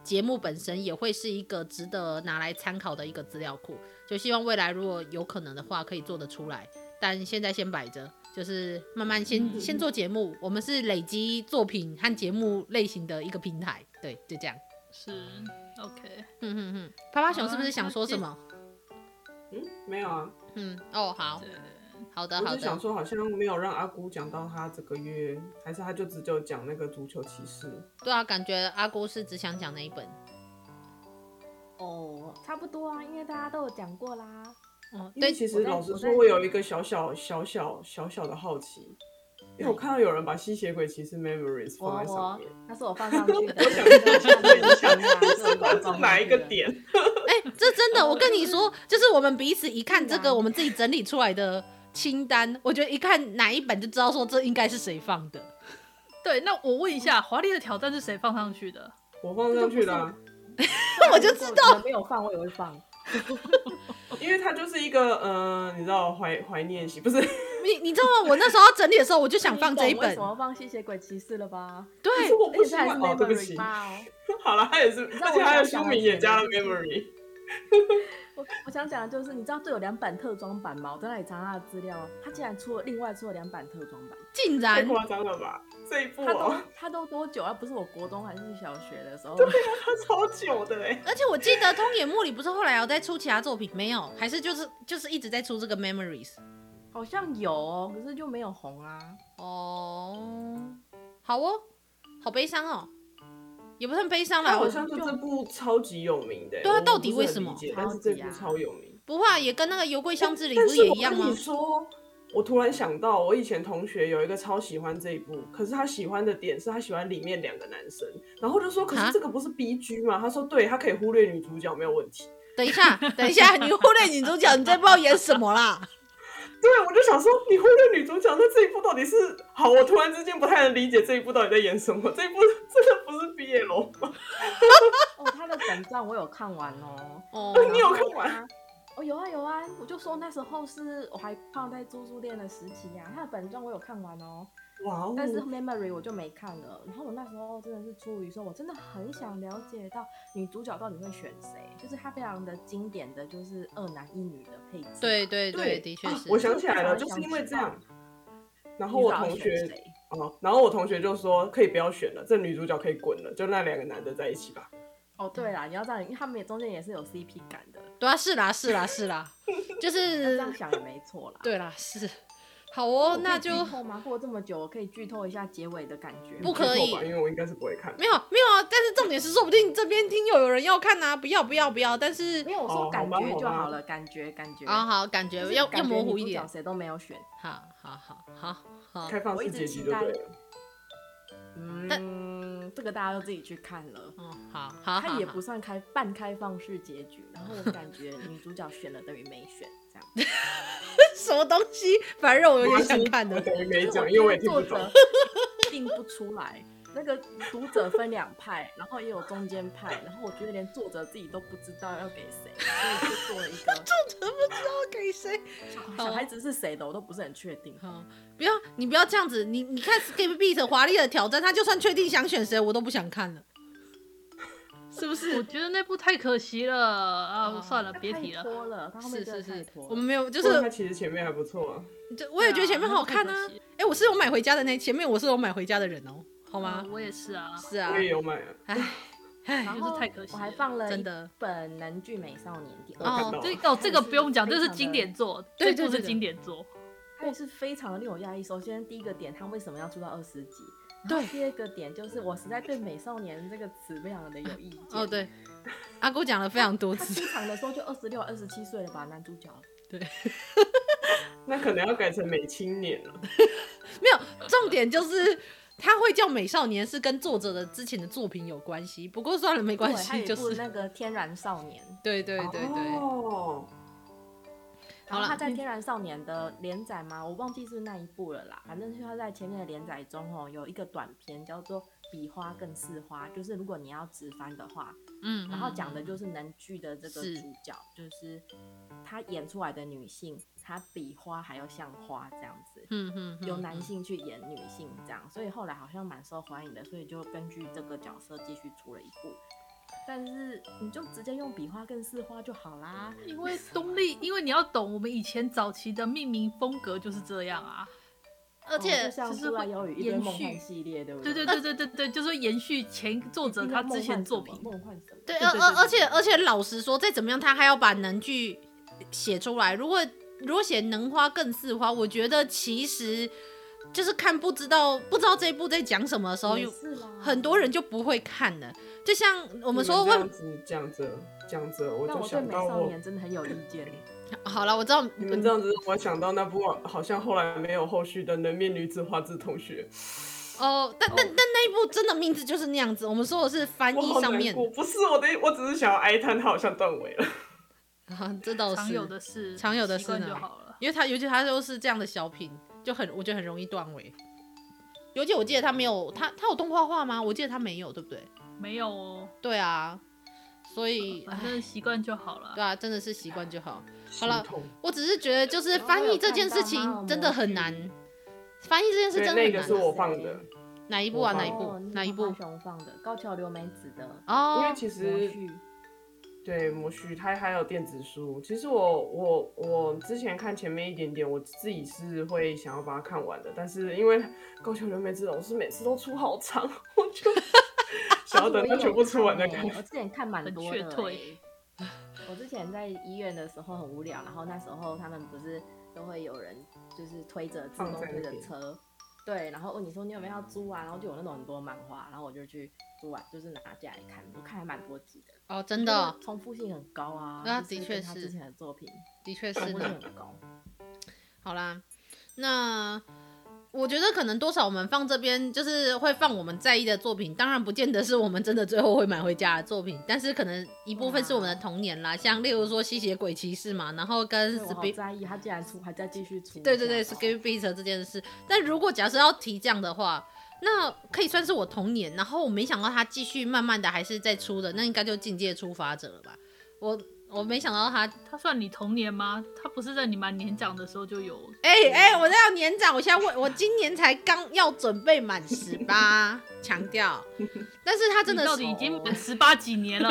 节目本身也会是一个值得拿来参考的一个资料库，就希望未来如果有可能的话可以做得出来，但现在先摆着，就是慢慢先做节目，我们是累积作品和节目类型的一个平台，对，就这样。
是 OK。
趴趴熊是不是想说什么？
没有啊。
哦，好。好的，
我只想说，好像没有让阿姑讲到他这个月，还是他就只有讲那个足球骑士。
对啊，感觉阿姑是只想讲那一本。
哦，差不多啊，因为大家都有讲过啦。
因为其实老实说，我有一个小小的好奇，因为我看到有人把吸血鬼骑士 Memories 放在上面，
那是我放上去的。
我想是哪一个点？
这真的，我跟你说，就是我们彼此一看这个我们自己整理出来的清单，我觉得一看哪一本就知道说这应该是谁放的。
对，那我问一下，华丽的挑战是谁放上去的？
我放上去的啊。
我就知道
没有放，我也会放。
因为它就是一个你知道怀念系，不是
你知道吗？我那时候要整理的时候，我就想放这一本。
为什么放吸血鬼骑士了吧？
对，
是我不喜欢
哦，
对不起。好了，他也是，而且他的书名也加了 Memory。
我想讲的就是，你知道这有2版特装版吗？我在那里查他的资料，他竟然另外出了2版特装版，
竟然
太夸张了吧？这一部
他都多久啊？不是我国中还是小学的时候？
对啊，他超久的
而且我记得东野茉里不是后来有在出其他作品没有？还是就是一直在出这个 Memories？
好像有哦，可是就没有红啊。
好哦，好悲伤哦。也不算悲伤啦，
好像是这部超级有名的。
对啊，到底为什么？
但是这部超有名。
不会啊，也跟那个油桂香之里不是也一样吗？
但是我跟你说，我突然想到，我以前同学有一个超喜欢这一部，可是他喜欢的点是他喜欢里面2个男生，然后就说，可是这个不是 BG 吗？他说对，他可以忽略女主角没有问题。
等一下，你忽略女主角，你这不知道演什么啦？
对，我就想说，你忽略女主角，那这一部到底是好？我突然之间不太能理解这一部到底在演什么。这一部真的不是 BL 吗？
他的本传我有看完哦。
你有看完？
有啊，我就说那时候是我还泡在住宿店的时期啊，他的本传我有看完哦。
哇哦！
但是 Memory 我就没看了。然后我那时候真的是出于说，我真的很想了解到女主角到底会选谁，就是她非常的经典的就是2男1女的配置。
对，的确是。
我想起来了，就是因为这样。然后我同学就说可以不要选了，这女主角可以滚了，就那2个男的在一起吧。
对啦，你要这样，因为他们中间也是有 CP 感的。
对啊，是啦，就是
这样想也没错啦。
对啦，是。好哦，那就
剧透吗？过这么久，我可以剧透一下结尾的感觉。
不可以，
因为我应该是不会看。
没有啊，但是重点是，说不定这边听有人要看啊！不要，但是
没有，我说感觉就好了，感觉。
好，感觉要模糊一点。
谁都没有选。
好，开放式结局就对了。
这个大家都自己去看了。
好，
它也不算半开放式结局，然后我感觉女主角选了等于没选，这样。
什么东西？反正我有点想看的。
等于没讲，因为我也听不懂。
定不出来，那个读者分2派，然后也有中间派，然后我觉得连作者自己都不知道要给谁，所以就做了一个
作者不知道给谁，
小孩子是谁的我都不是很确定。
你不要这样子，你看 Skip Beat 华丽的挑战，他就算确定想选谁，我都不想看了。是不是？
我觉得那部太可惜了啊！算了，别提了。
拖了，他后面真的太拖了。
我们没有，就是
他其实前面还不错啊。
我也觉得前面好看啊。我是有买回家的前面我是有买回家的人哦，好吗？
我也是啊。
是啊，
我也有买啊。
然后太可惜了。我还放了一本《能剧美少年》第
2。这个不用讲，这是经典作，这部是经典作。
它也是非常的令我压抑。首先第一个点，它为什么要出到20集？对，第2个点就是我实在对美少年这个词非常的有意见。
对，阿姑讲了非常多次。
他出场的时候就26、27岁了吧，男主角。
对，
那可能要改成美青年了。
没有，重点就是他会叫美少年是跟作者的之前的作品有关系。不过算了，没关系，就是
那个天然少年。
对。
然后他在《天然少年》的连载嘛，我忘记是那一部了啦。反正是他在前面的连载中有一个短片叫做《比花更似花》，就是如果你要直翻的话，然后讲的就是能剧的这个主角，就是他演出来的女性，她比花还要像花这样子，由男性去演女性这样，所以后来好像蛮受欢迎的，所以就根据这个角色继续出了一部。 但是你就直接用笔画更四花就好啦。
因为东立，因为你要懂，我们以前早期的命名风格就是这样啊。
而且
就像
就是
出来有一堆梦幻系列，对不对？
对，就是延续前作者他之前作品。
梦幻什么？
对，
对
而且老实说，再怎么样，他还要把能剧写出来。如果写能花更似花，我觉得其实就是看不知道这一部在讲什么的时候，很多人就不会看了。就像我们说，
这样子讲着，我就想到
但我对美少年真的很有意见。
好了，我知道
你们这样子，我想到那部好像后来没有后续的《能面女子花枝同学》。
但那一部真的名字就是那样子。我们说的是翻译上面，
不是我只是想要哀叹，它好像断尾了。
这倒是
常有的事，
常有的事
呢就好了。
因为尤其它都是这样的小品，我觉得很容易断尾。尤其我记得他没有，他有动画化吗？我记得他没有，对不对？
没有哦。
对啊，所以
反正习惯就好了。
对啊，真的是习惯就好。好了，我只是觉得就是翻译这件事情真的很难，翻译这件事真的很难。
那个是我放的。
哪一部啊？哪一部？
熊放的，高桥留美子的。
哦，
因为其实对魔序，它还有电子书。其实我之前看前面一点点，我自己是会想要把它看完的，但是因为高桥留美子老师每次都出好长，我就想要等它全部出完再看。
我之前看蛮多的。
退。
我之前在医院的时候很无聊，然后那时候他们不是都会有人就是自动推着车，对，然后问你说你有没有要租啊，然后就有那种很多漫画，然后我就去租啊，就是拿下来看，我看还蛮多集的。
哦，真的，
重复性很高啊。
那的确是
他之前的作品，
的确是
重复性很高。
好啦，那我觉得可能多少我们放这边就是会放我们在意的作品，当然不见得是我们真的最后会买回家的作品，但是可能一部分是我们的童年啦，像例如说吸血鬼骑士嘛，然后跟
我好在意他竟然还在继续出。
对 Skip Beat 这件事。但如果假设要提这样的话，那可以算是我童年，然后我没想到他继续慢慢的还是在出的，那应该就境界出发者了吧。我没想到他
算你童年吗？他不是在你蛮年长的时候就有？
我在要年长，我现在我今年才刚要准备满18，强调。但是他真的是
到底已经满18几年了。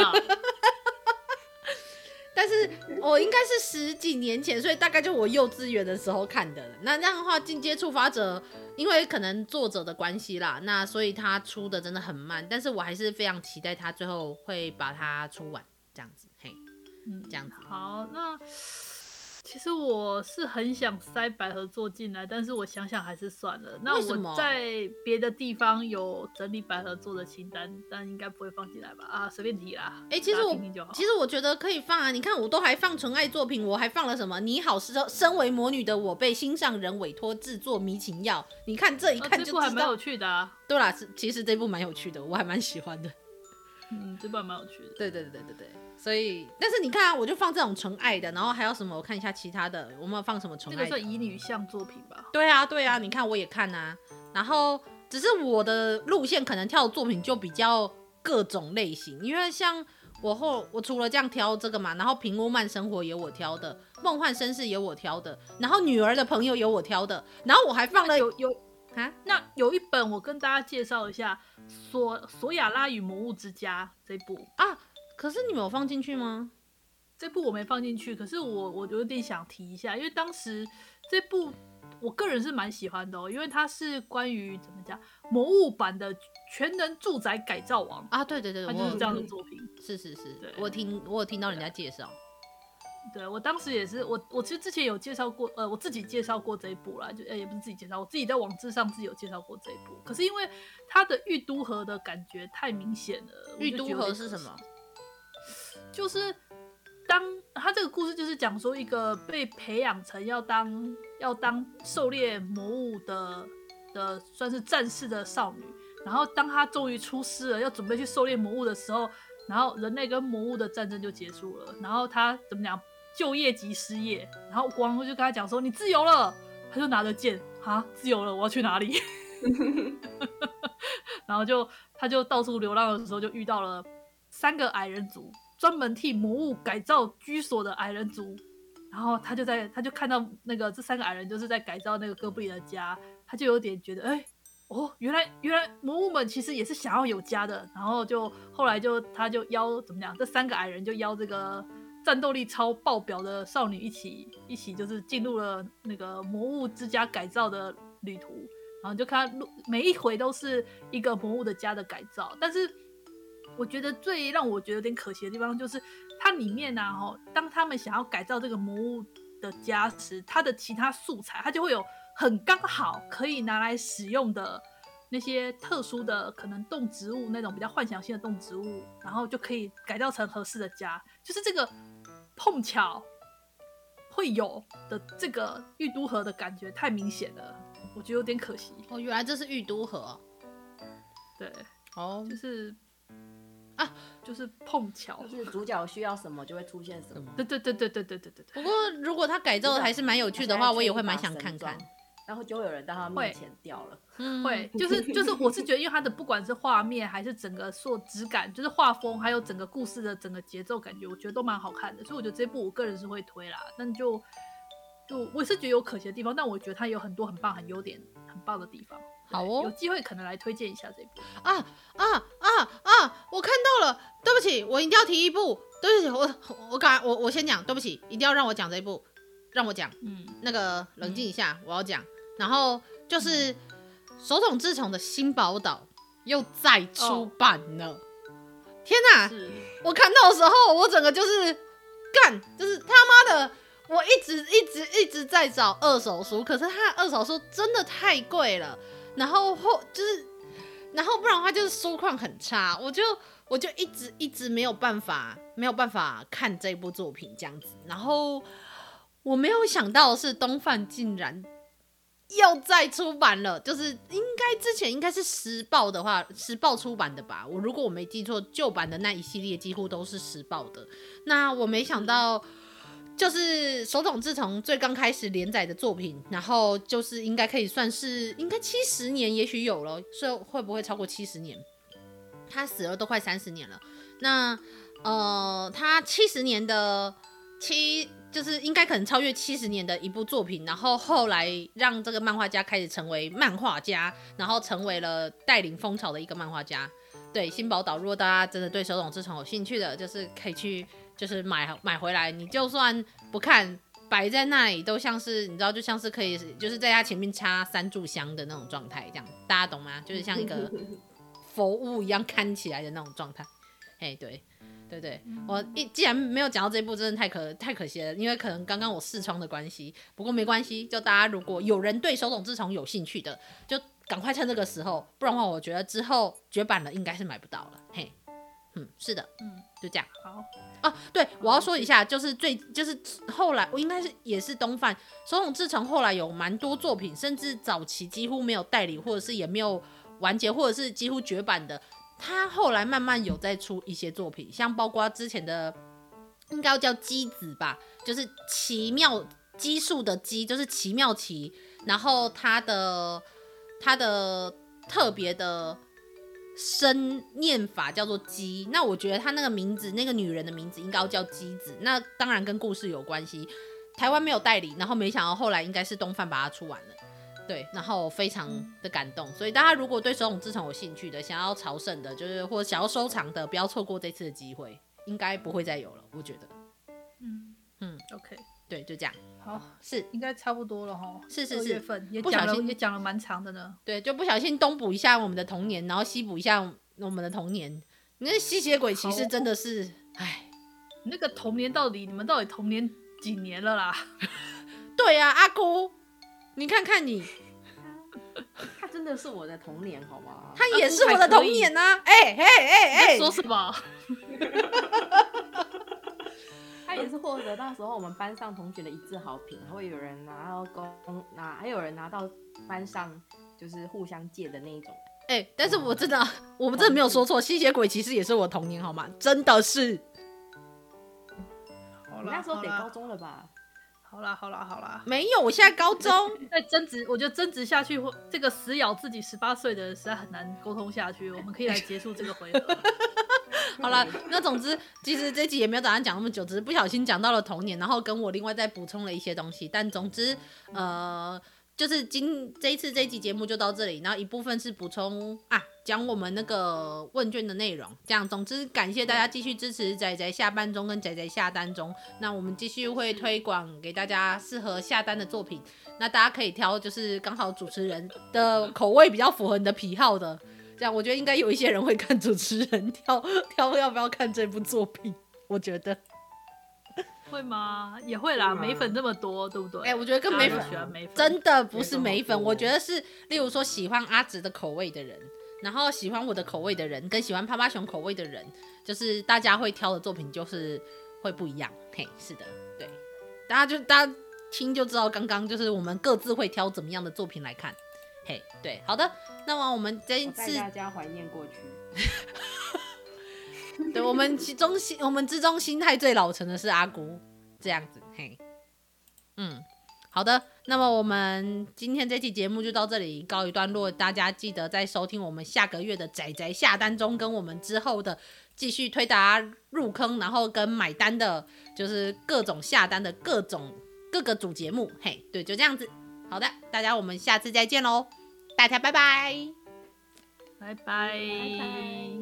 但是我应该是10几年前，所以大概就我幼稚园的时候看的了。那这样的话，进阶触发者，因为可能作者的关系啦，那所以他出的真的很慢，但是我还是非常期待他最后会把它出完，这样子，嘿。这样子。
好，那其实我是很想塞百合座进来，但是我想想还是算了。那我在别的地方有整理百合座的清单，但应该不会放进来吧？啊，随便提啦。
其实我觉得可以放啊。你看，我都还放纯爱作品，我还放了什么？你好，身为魔女的我被心上人委托制作迷情药。你看这一看就知道，
这部还蛮有趣的啊。
对啦，其实这部蛮有趣的，我还蛮喜欢的。
这部还蛮有趣的。
对。所以，但是你看啊，我就放这种纯爱的，然后还有什么？我看一下其他的，我们有放什么纯爱的？
这个算乙女向作品吧？
对啊，你看我也看啊。然后，只是我的路线可能挑的作品就比较各种类型，因为像我除了这样挑这个嘛，然后平屋慢生活也我挑的，梦幻绅士也我挑的，然后女儿的朋友也我挑的，然后我还放了
那有一本我跟大家介绍一下，索亚拉与魔物之家这部
啊。可是你们有放进去吗？
这部我没放进去，可是我有点想提一下，因为当时这部我个人是蛮喜欢的因为它是关于怎么讲魔物版的全能住宅改造王
啊，对，
它就是这样的作品。
是，我有听到人家介绍。
对，我当时也是，我其实之前有介绍过，我自己介绍过这一部啦，就也不是自己介绍，我自己在网志上自己有介绍过这一部。可是因为它的御都河的感觉太明显了。
御都河是什么？
就是他这个故事就是讲说一个被培养成要当狩猎魔物的算是战士的少女，然后当她终于出师了，要准备去狩猎魔物的时候，然后人类跟魔物的战争就结束了，然后她怎么讲就业即失业，然后国王就跟她讲说你自由了，她就拿着剑自由了，我要去哪里？然后她就到处流浪的时候就遇到了3个矮人族，专门替魔物改造居所的矮人族，然后他就看到那个这3个矮人就是在改造那个哥布林的家，他就有点觉得原来魔物们其实也是想要有家的，然后后来他就邀怎么讲，这3个矮人就邀这个战斗力超爆表的少女一起就是进入了那个魔物之家改造的旅途，然后就看每一回都是一个魔物的家的改造，但是我觉得最让我觉得有点可惜的地方就是它里面啊，当他们想要改造这个魔物的家时，它的其他素材它就会有很刚好可以拿来使用的那些特殊的可能动植物，那种比较幻想性的动植物，然后就可以改造成合适的家，就是这个碰巧会有的这个玉都河的感觉太明显了，我觉得有点可惜。
哦，原来这是玉都河。
对，
哦，
就是碰巧，
就是主角需要什么就会出现什么。
对。
不过如果他改造的还是蛮有趣的话，我也会蛮想看看。
然后就会有人到他面前掉了。
会，就是我是觉得，因为它的不管是画面还是整个质感，就是画风，还有整个故事的整个节奏感觉，我觉得都蛮好看的。所以我觉得这部我个人是会推啦，但就我是觉得有可惜的地方，但我觉得它有很多很棒、很优点、很棒的地方。
好哦，
有机会可能来推荐一下这部。
我看到了，对不起，我一定要提一部，对不起，我先讲，对不起，一定要让我讲这一部，让我讲，那个冷静一下，我要讲，然后就是手冢治虫的新宝岛又再出版了，天哪！我看到的时候，我整个就是就是他妈的。我一直在找二手书，可是它的二手书真的太贵了，然后不然的话就是书况很差，我就一直没有办法看这部作品这样子。然后我没有想到是东贩竟然又再出版了，就是之前应该是时报的话，时报出版的吧。如果我没记错，旧版的那一系列几乎都是时报的。那我没想到。就是手冢治虫最刚开始连载的作品，然后就是应该可以算是70年，也许有了，所以会不会超过70年？他死了都快30年了。那他70年的就是应该可能超越70年的一部作品，然后后来让这个漫画家开始成为漫画家，然后成为了带领风潮的一个漫画家。对，新宝岛，如果大家真的对手冢治虫有兴趣的，就是可以去。就是买回来，你就算不看，摆在那里都像是你知道，就像是可以，就是在他前面插3炷香的那种状态，这样大家懂吗？就是像一个佛屋一样看起来的那种状态。哎，对，我既然没有讲到这一部，真的太可惜了，因为可能刚刚我视窗的关系。不过没关系，就大家如果有人对手冢治虫有兴趣的，就赶快趁这个时候，不然的话，我觉得之后绝版了应该是买不到了。嘿。是的，就这样。
好
啊，对，我要说一下，就是后来我应该也是东贩手冢治虫后来有蛮多作品，甚至早期几乎没有代理，或者是也没有完结，或者是几乎绝版的，他后来慢慢有在出一些作品，像包括之前的应该要叫基子吧，就是奇妙基数的基，就是奇妙奇，然后他的特别的。声念法叫做姬，那我觉得她那个名字，那个女人的名字应该要叫姬子，那当然跟故事有关系。台湾没有代理，然后没想到后来应该是东贩把它出完了，对，然后非常的感动。所以大家如果对手冢治虫有兴趣的，想要朝圣的，就是或者想要收藏的，不要错过这次的机会，应该不会再有了，我觉得。
OK，
对，就这样。
好，
是
应该差不多了哈。
是
2月份也讲了蛮长的呢。
对，就不小心东补一下我们的童年，然后西补一下我们的童年。那吸血鬼骑士真的是，哎，
那个童年你们到底童年几年了啦？
对啊，阿姑，你看看你，
他真的是我的童年，好吗？
他也是我的童年啊！哎，
说什么？
他也是获得那时候我们班上同学的一致好评，还会有人还有人拿到班上就是互相借的那一种。
但是我真的没有说错，吸血鬼骑士也是我童年，好吗？真的是。
你那时候得高中了吧？
好啦，
没有，我现在高中。
我觉得争执下去，这个死咬自己18岁的人实在很难沟通下去。我们可以来结束这个回合。
好了，那总之，其实这集也没有打算讲那么久，只是不小心讲到了童年，然后跟我另外再补充了一些东西。但总之， 就是这一次这一集节目就到这里，然后一部分是补充讲我们那个问卷的内容，这样。总之感谢大家继续支持仔仔下班中跟仔仔下单中，那我们继续会推广给大家适合下单的作品，那大家可以挑就是刚好主持人的口味比较符合你的癖好的，这样我觉得应该有一些人会看主持人挑要不要看这部作品，我觉得
会吗？也会啦，美粉这么多，对不对？
我觉得跟美粉
大家都喜欢美粉
真的不是美粉，
美粉好多
我觉得是例如说喜欢阿直的口味的人，然后喜欢我的口味的人，跟喜欢趴趴熊口味的人，就是大家会挑的作品就是会不一样。嘿，是的，对，大家听就知道，刚刚就是我们各自会挑怎么样的作品来看。嘿，对，好的，那么我们这一
我带
次
大家怀念过去。
对我们之中心态最老成的是阿姑，这样子，嘿，好的，那么我们今天这期节目就到这里告一段落，大家记得再收听我们下个月的仔仔下单中，跟我们之后的继续推大家入坑，然后跟买单的，就是各种下单的各个主节目，嘿，对，就这样子。好的，大家我们下次再见喽，大家拜拜。
拜拜。
拜拜。